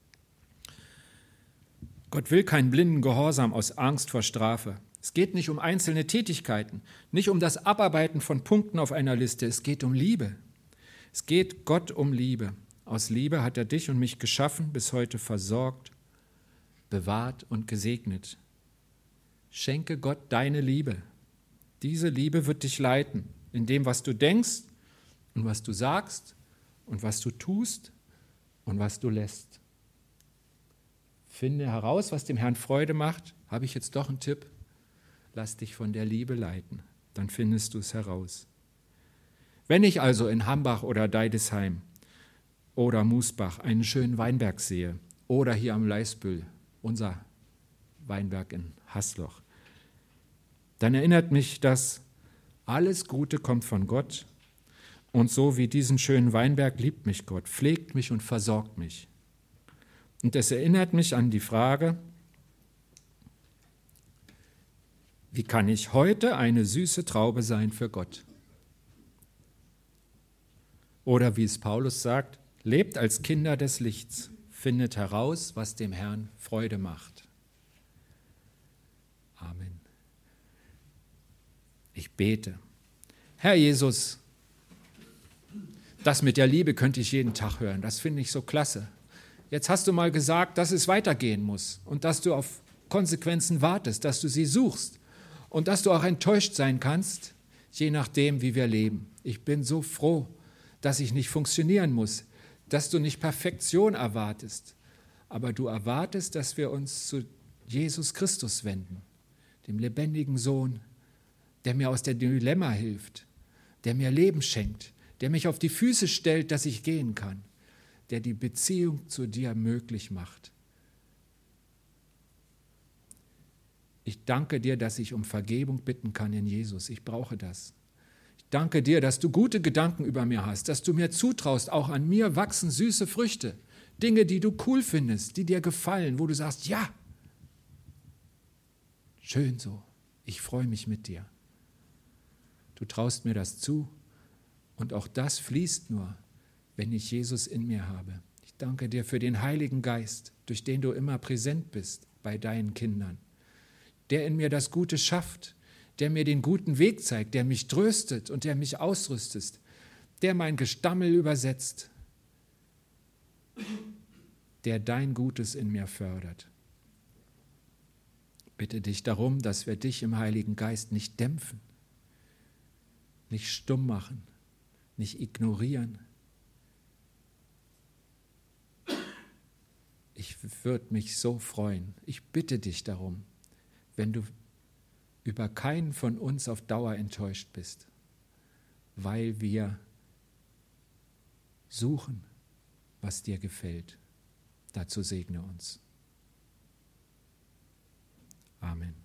Gott will keinen blinden Gehorsam aus Angst vor Strafe. Es geht nicht um einzelne Tätigkeiten, nicht um das Abarbeiten von Punkten auf einer Liste. Es geht um Liebe. Es geht Gott um Liebe. Aus Liebe hat er dich und mich geschaffen, bis heute versorgt, bewahrt und gesegnet. Schenke Gott deine Liebe. Diese Liebe wird dich leiten, in dem, was du denkst und was du sagst und was du tust und was du lässt. Finde heraus, was dem Herrn Freude macht. Habe ich jetzt doch einen Tipp? Lass dich von der Liebe leiten, dann findest du es heraus. Wenn ich also in Hambach oder Deidesheim oder Musbach einen schönen Weinberg sehe oder hier am Leisbüll, unser Weinberg in Hasloch, dann erinnert mich, dass alles Gute kommt von Gott und so wie diesen schönen Weinberg liebt mich Gott, pflegt mich und versorgt mich. Und es erinnert mich an die Frage, wie kann ich heute eine süße Traube sein für Gott? Oder wie es Paulus sagt, lebt als Kinder des Lichts, findet heraus, was dem Herrn Freude macht. Amen. Ich bete. Herr Jesus, das mit der Liebe könnte ich jeden Tag hören, das finde ich so klasse. Jetzt hast du mal gesagt, dass es weitergehen muss und dass du auf Konsequenzen wartest, dass du sie suchst. Und dass du auch enttäuscht sein kannst, je nachdem, wie wir leben. Ich bin so froh, dass ich nicht funktionieren muss, dass du nicht Perfektion erwartest, aber du erwartest, dass wir uns zu Jesus Christus wenden, dem lebendigen Sohn, der mir aus dem Dilemma hilft, der mir Leben schenkt, der mich auf die Füße stellt, dass ich gehen kann, der die Beziehung zu dir möglich macht. Ich danke dir, dass ich um Vergebung bitten kann in Jesus. Ich brauche das. Ich danke dir, dass du gute Gedanken über mir hast, dass du mir zutraust, auch an mir wachsen süße Früchte. Dinge, die du cool findest, die dir gefallen, wo du sagst, ja, schön so, ich freue mich mit dir. Du traust mir das zu und auch das fließt nur, wenn ich Jesus in mir habe. Ich danke dir für den Heiligen Geist, durch den du immer präsent bist bei deinen Kindern. Der in mir das Gute schafft, der mir den guten Weg zeigt, der mich tröstet und der mich ausrüstet, der mein Gestammel übersetzt, der dein Gutes in mir fördert. Bitte dich darum, dass wir dich im Heiligen Geist nicht dämpfen, nicht stumm machen, nicht ignorieren. Ich würde mich so freuen. Ich bitte dich darum, wenn du über keinen von uns auf Dauer enttäuscht bist, weil wir suchen, was dir gefällt. Dazu segne uns. Amen.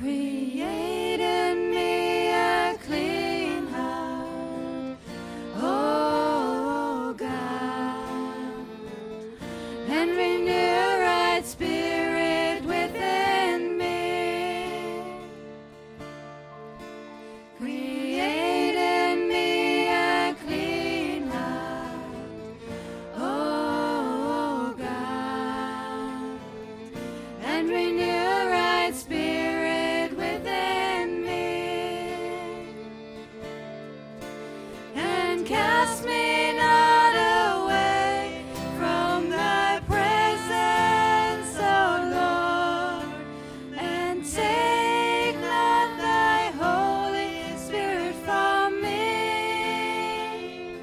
Create in me a clean heart, oh God, and renew a right spirit within me. Create in me a clean heart, oh God, and renew a right spirit within me. And cast me not away from thy presence, O Lord, and take not thy Holy Spirit from me.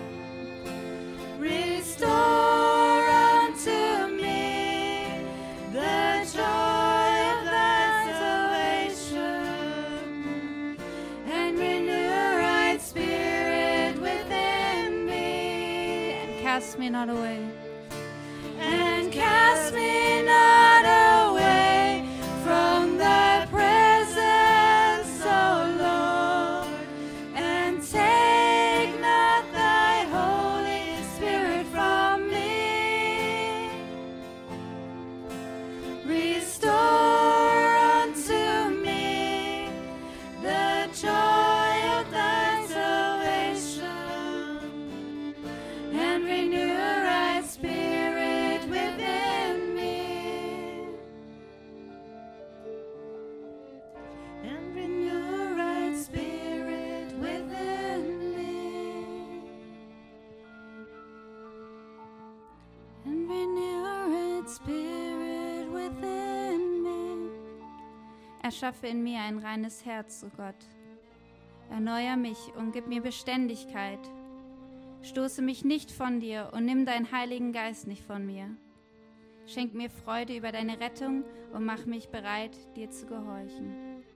Restore unto me the joy of thy salvation, and renew a right spirit within me. And cast me not away. And cast me not away from thy presence, O Lord, and take not thy Holy Spirit from me. Restore unto me the joy of thy salvation, and renew a right spirit within me. And renew a right spirit within me. And renew a right spirit within me. Erschaffe in mir ein reines Herz, o Gott. Erneuer mich und gib mir Beständigkeit. Stoße mich nicht von dir und nimm deinen Heiligen Geist nicht von mir. Schenk mir Freude über deine Rettung und mach mich bereit, dir zu gehorchen.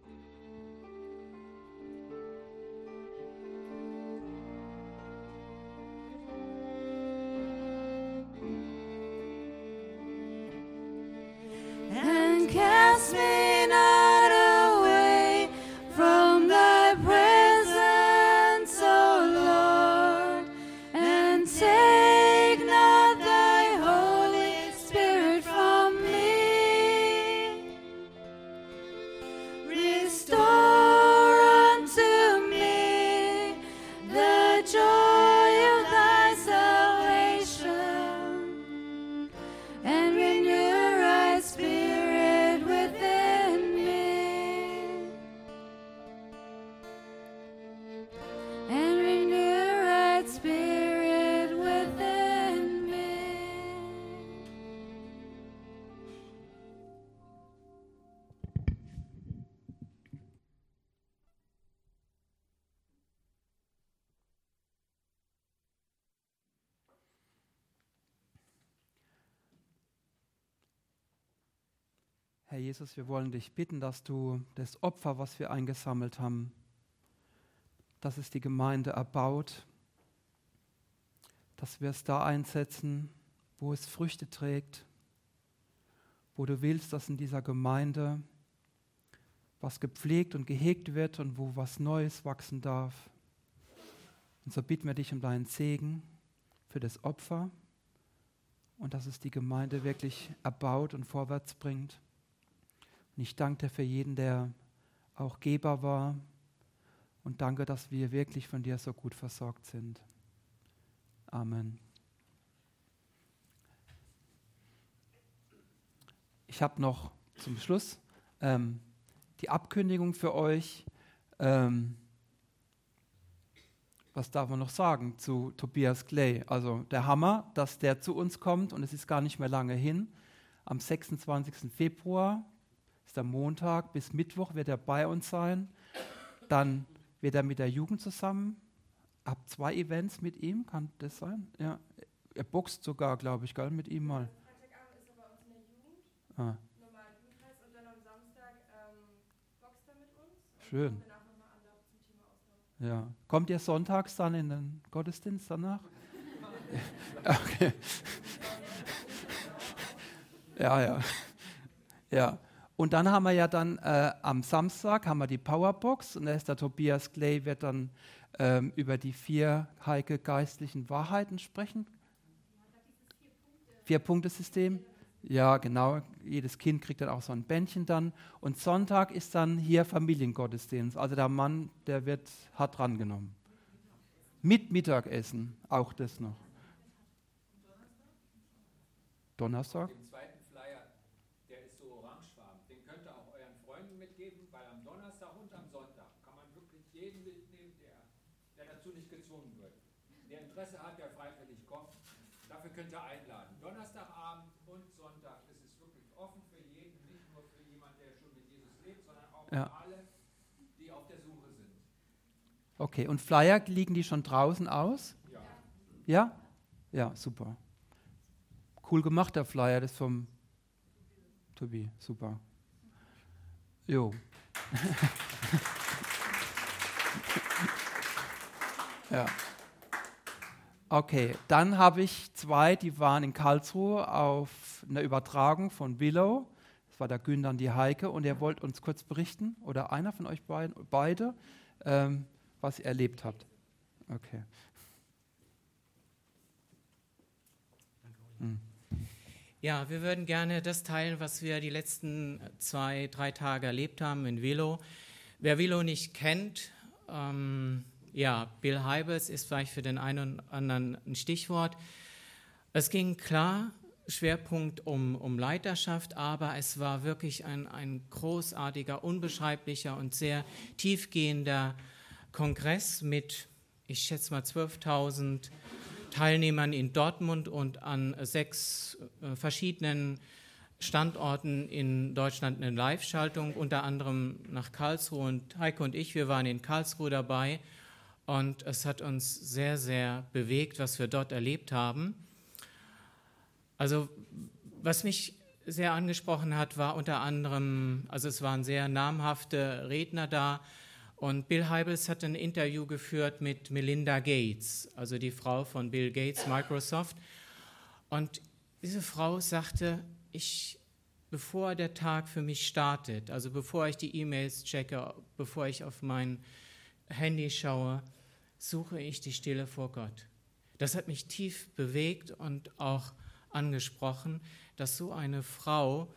And cast me not away from thy presence, O Lord, and take not thy Holy Spirit from me. Restore unto me the joy of thy salvation, and renew a right spirit within me. And renew a right spirit within me. Herr Jesus, wir wollen dich bitten, dass du das Opfer, was wir eingesammelt haben, dass es die Gemeinde erbaut, dass wir es da einsetzen, wo es Früchte trägt, wo du willst, dass in dieser Gemeinde was gepflegt und gehegt wird und wo was Neues wachsen darf. Und so bitten wir dich um deinen Segen für das Opfer und dass es die Gemeinde wirklich erbaut und vorwärts bringt. Und ich danke dir für jeden, der auch Geber war, und danke, dass wir wirklich von dir so gut versorgt sind. Amen. Ich habe noch zum Schluss die Abkündigung für euch. Was darf man noch sagen zu Tobias Clay? Also der Hammer, dass der zu uns kommt, und es ist gar nicht mehr lange hin. Am 26. Februar ist der Montag, bis Mittwoch wird er bei uns sein. Dann wird er mit der Jugend zusammen. Hab 2 Events mit ihm, kann das sein? Ja. Er boxt sogar, glaube ich, gell, mit ihm mal. Freitagabend ist er bei uns in der Jugend, normalen Jugendkreis, und dann am Samstag boxt er mit uns. Schön. Und danach nochmal andere zum Thema Austausch. Ja. Kommt ihr sonntags dann in den Gottesdienst danach? Okay. Ja. Und dann haben wir ja dann am Samstag haben wir die Powerbox und da ist der Tobias Clay, wird dann über die 4 Heike geistlichen Wahrheiten sprechen. 4-Punkte-System. Ja, genau. Jedes Kind kriegt dann auch so ein Bändchen dann. Und Sonntag ist dann hier Familiengottesdienst. Also der Mann, der wird hart drangenommen. Mit Mittagessen, auch das noch. Donnerstag? Den zweiten Flyer, der ist so orangefarben. Den könnt ihr auch euren Freunden mitgeben, weil am Donnerstag und am Sonntag kann man wirklich jeden mitnehmen, der dazu nicht gezwungen wird. Wer Interesse hat, der freiwillig kommt. Dafür könnt ihr einladen. Donnerstagabend und Sonntag ist es wirklich offen für jeden, nicht nur für jemanden, der schon mit Jesus lebt, sondern auch für alle, die auf der Suche sind. Okay, und Flyer, liegen die schon draußen aus? Ja. Ja? Ja, super. Cool gemacht, der Flyer, das vom Tobi, super. Jo. Ja. Okay, dann habe ich 2, die waren in Karlsruhe auf einer Übertragung von Willow. Das war der Günther und die Heike und ihr wollt uns kurz berichten, oder einer von euch beide, was ihr erlebt habt. Okay. Ja, wir würden gerne das teilen, was wir die letzten 2-3 Tage erlebt haben in Willow. Wer Willow nicht kennt, Bill Hybels ist vielleicht für den einen oder anderen ein Stichwort. Es ging klar, Schwerpunkt um Leiterschaft, aber es war wirklich ein großartiger, unbeschreiblicher und sehr tiefgehender Kongress mit, ich schätze mal, 12.000 Teilnehmern in Dortmund und an 6 verschiedenen Standorten in Deutschland eine Live-Schaltung, unter anderem nach Karlsruhe. Und Heike und ich, wir waren in Karlsruhe dabei. Und es hat uns sehr, sehr bewegt, was wir dort erlebt haben. Also was mich sehr angesprochen hat, war unter anderem, also es waren sehr namhafte Redner da. Und Bill Hybels hat ein Interview geführt mit Melinda Gates, also die Frau von Bill Gates, Microsoft. Und diese Frau sagte, bevor der Tag für mich startet, also bevor ich die E-Mails checke, bevor ich auf mein Handy schaue, suche ich die Stille vor Gott. Das hat mich tief bewegt und auch angesprochen, dass so eine Frau,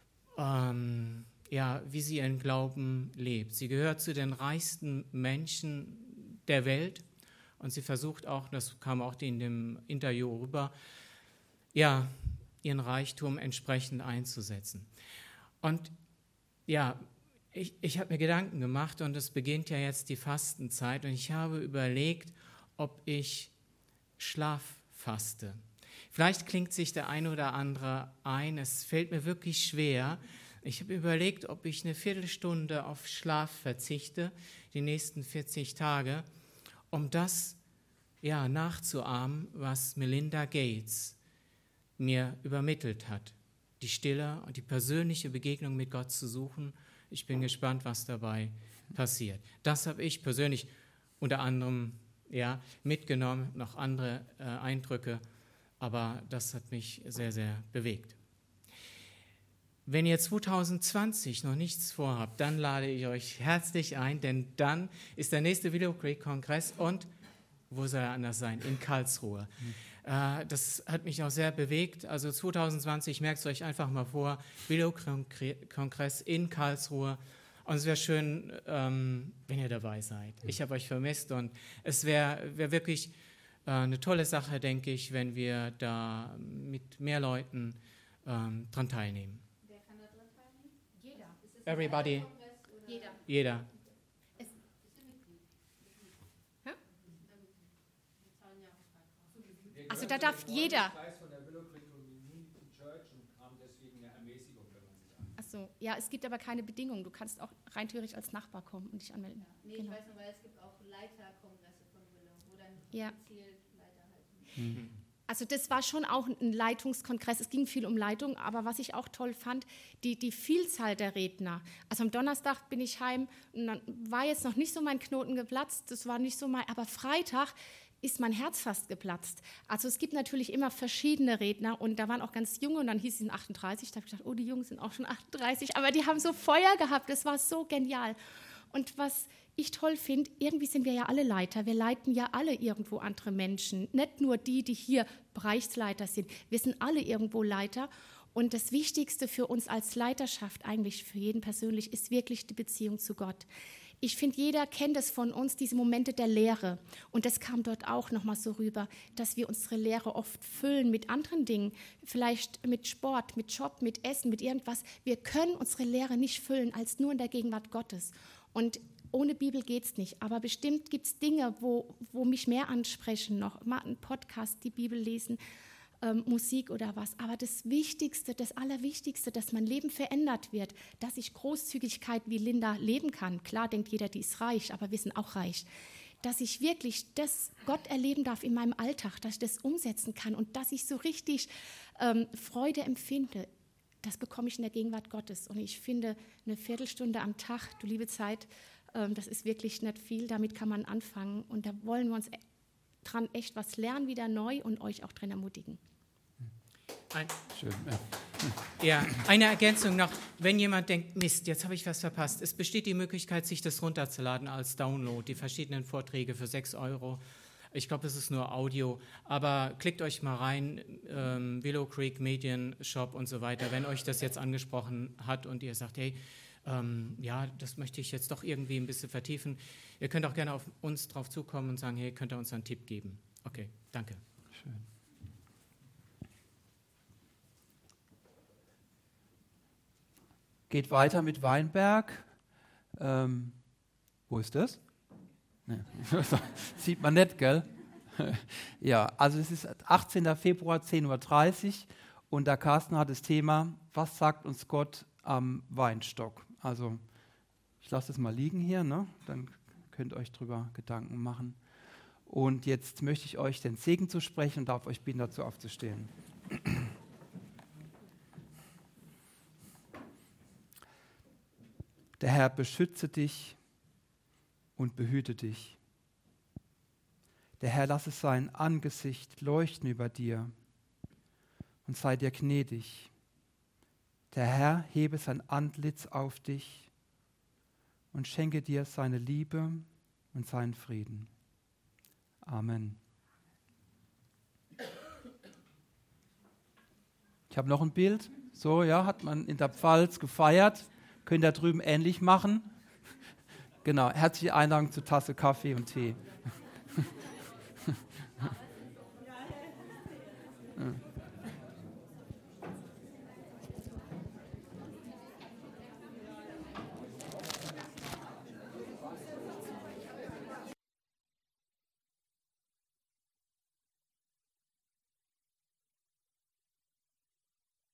wie sie ihren Glauben lebt. Sie gehört zu den reichsten Menschen der Welt und sie versucht auch, das kam auch in dem Interview rüber, ihren Reichtum entsprechend einzusetzen. Und ich habe mir Gedanken gemacht und es beginnt ja jetzt die Fastenzeit und ich habe überlegt, ob ich Schlaffaste. Vielleicht klingt sich der eine oder andere ein, es fällt mir wirklich schwer. Ich habe überlegt, ob ich eine Viertelstunde auf Schlaf verzichte, die nächsten 40 Tage, um das nachzuahmen, was Melinda Gates mir übermittelt hat. Die Stille und die persönliche Begegnung mit Gott zu suchen. Ich bin gespannt, was dabei passiert. Das habe ich persönlich unter anderem mitgenommen, noch andere Eindrücke, aber das hat mich sehr, sehr bewegt. Wenn ihr 2020 noch nichts vorhabt, dann lade ich euch herzlich ein, denn dann ist der nächste Willow Creek Kongress und, wo soll er anders sein, in Karlsruhe. Das hat mich auch sehr bewegt. Also 2020, merkt es euch einfach mal vor, Willow Kongress in Karlsruhe. Und es wäre schön, wenn ihr dabei seid. Ich habe euch vermisst und es wäre wirklich eine tolle Sache, denke ich, wenn wir da mit mehr Leuten dran teilnehmen. Wer kann da dran teilnehmen? Jeder. Everybody. Jeder. Also da darf jeder. Achso, ja, es gibt aber keine Bedingungen. Du kannst auch rein theoretisch als Nachbar kommen und dich anmelden. Nee, genau. Ich weiß nur, weil es gibt auch Leiterkongresse von Willow, wo dann gezielt Leiter halten. Also das war schon auch ein Leitungskongress. Es ging viel um Leitung, aber was ich auch toll fand, die Vielzahl der Redner. Also am Donnerstag bin ich heim und dann war jetzt noch nicht so mein Knoten geplatzt, das war nicht so mein, aber Freitag, ist mein Herz fast geplatzt. Also es gibt natürlich immer verschiedene Redner und da waren auch ganz junge und dann hieß es, sie sind 38. Da habe ich gedacht, oh, die Jungen sind auch schon 38, aber die haben so Feuer gehabt, das war so genial. Und was ich toll finde, irgendwie sind wir ja alle Leiter, wir leiten ja alle irgendwo andere Menschen, nicht nur die hier Bereichsleiter sind, wir sind alle irgendwo Leiter. Und das Wichtigste für uns als Leiterschaft, eigentlich für jeden persönlich, ist wirklich die Beziehung zu Gott. Ich finde, jeder kennt es von uns, diese Momente der Leere. Und das kam dort auch nochmal so rüber, dass wir unsere Leere oft füllen mit anderen Dingen, vielleicht mit Sport, mit Job, mit Essen, mit irgendwas. Wir können unsere Leere nicht füllen als nur in der Gegenwart Gottes. Und ohne Bibel geht es nicht. Aber bestimmt gibt es Dinge, wo mich mehr ansprechen noch. Mal einen Podcast, die Bibel lesen, Musik oder was. Aber das Wichtigste, das Allerwichtigste, dass mein Leben verändert wird, dass ich Großzügigkeit wie Linda leben kann. Klar denkt jeder, die ist reich, aber wir sind auch reich. Dass ich wirklich das Gott erleben darf in meinem Alltag, dass ich das umsetzen kann und dass ich so richtig Freude empfinde, das bekomme ich in der Gegenwart Gottes. Und ich finde, eine Viertelstunde am Tag, du liebe Zeit, das ist wirklich nicht viel, damit kann man anfangen. Und da wollen wir uns dran echt was lernen, wieder neu und euch auch drin ermutigen. Schön, ja. Eine Ergänzung noch, wenn jemand denkt, Mist, jetzt habe ich was verpasst. Es besteht die Möglichkeit, sich das runterzuladen als Download, die verschiedenen Vorträge für 6 €. Ich glaube, es ist nur Audio, aber klickt euch mal rein, Willow Creek Medien Shop und so weiter, wenn euch das jetzt angesprochen hat und ihr sagt, hey, ja, das möchte ich jetzt doch irgendwie ein bisschen vertiefen. Ihr könnt auch gerne auf uns drauf zukommen und sagen, hey, könnt ihr uns einen Tipp geben? Okay, danke. Schön. Geht weiter mit Weinberg. Wo ist das? Nee. Sieht man nicht, gell? Ja, also es ist 18. Februar, 10:30 Uhr und der Carsten hat das Thema, was sagt uns Gott am Weinstock? Also ich lasse es mal liegen hier, ne? Dann könnt ihr euch drüber Gedanken machen. Und jetzt möchte ich euch den Segen zusprechen und darf euch bitten, dazu aufzustehen. Der Herr beschütze dich und behüte dich. Der Herr lasse sein Angesicht leuchten über dir und sei dir gnädig. Der Herr hebe sein Antlitz auf dich und schenke dir seine Liebe und seinen Frieden. Amen. Ich habe noch ein Bild. So, ja, hat man in der Pfalz gefeiert. Könnt ihr drüben ähnlich machen? Genau, herzliche Einladung zur Tasse Kaffee und Tee. Ja.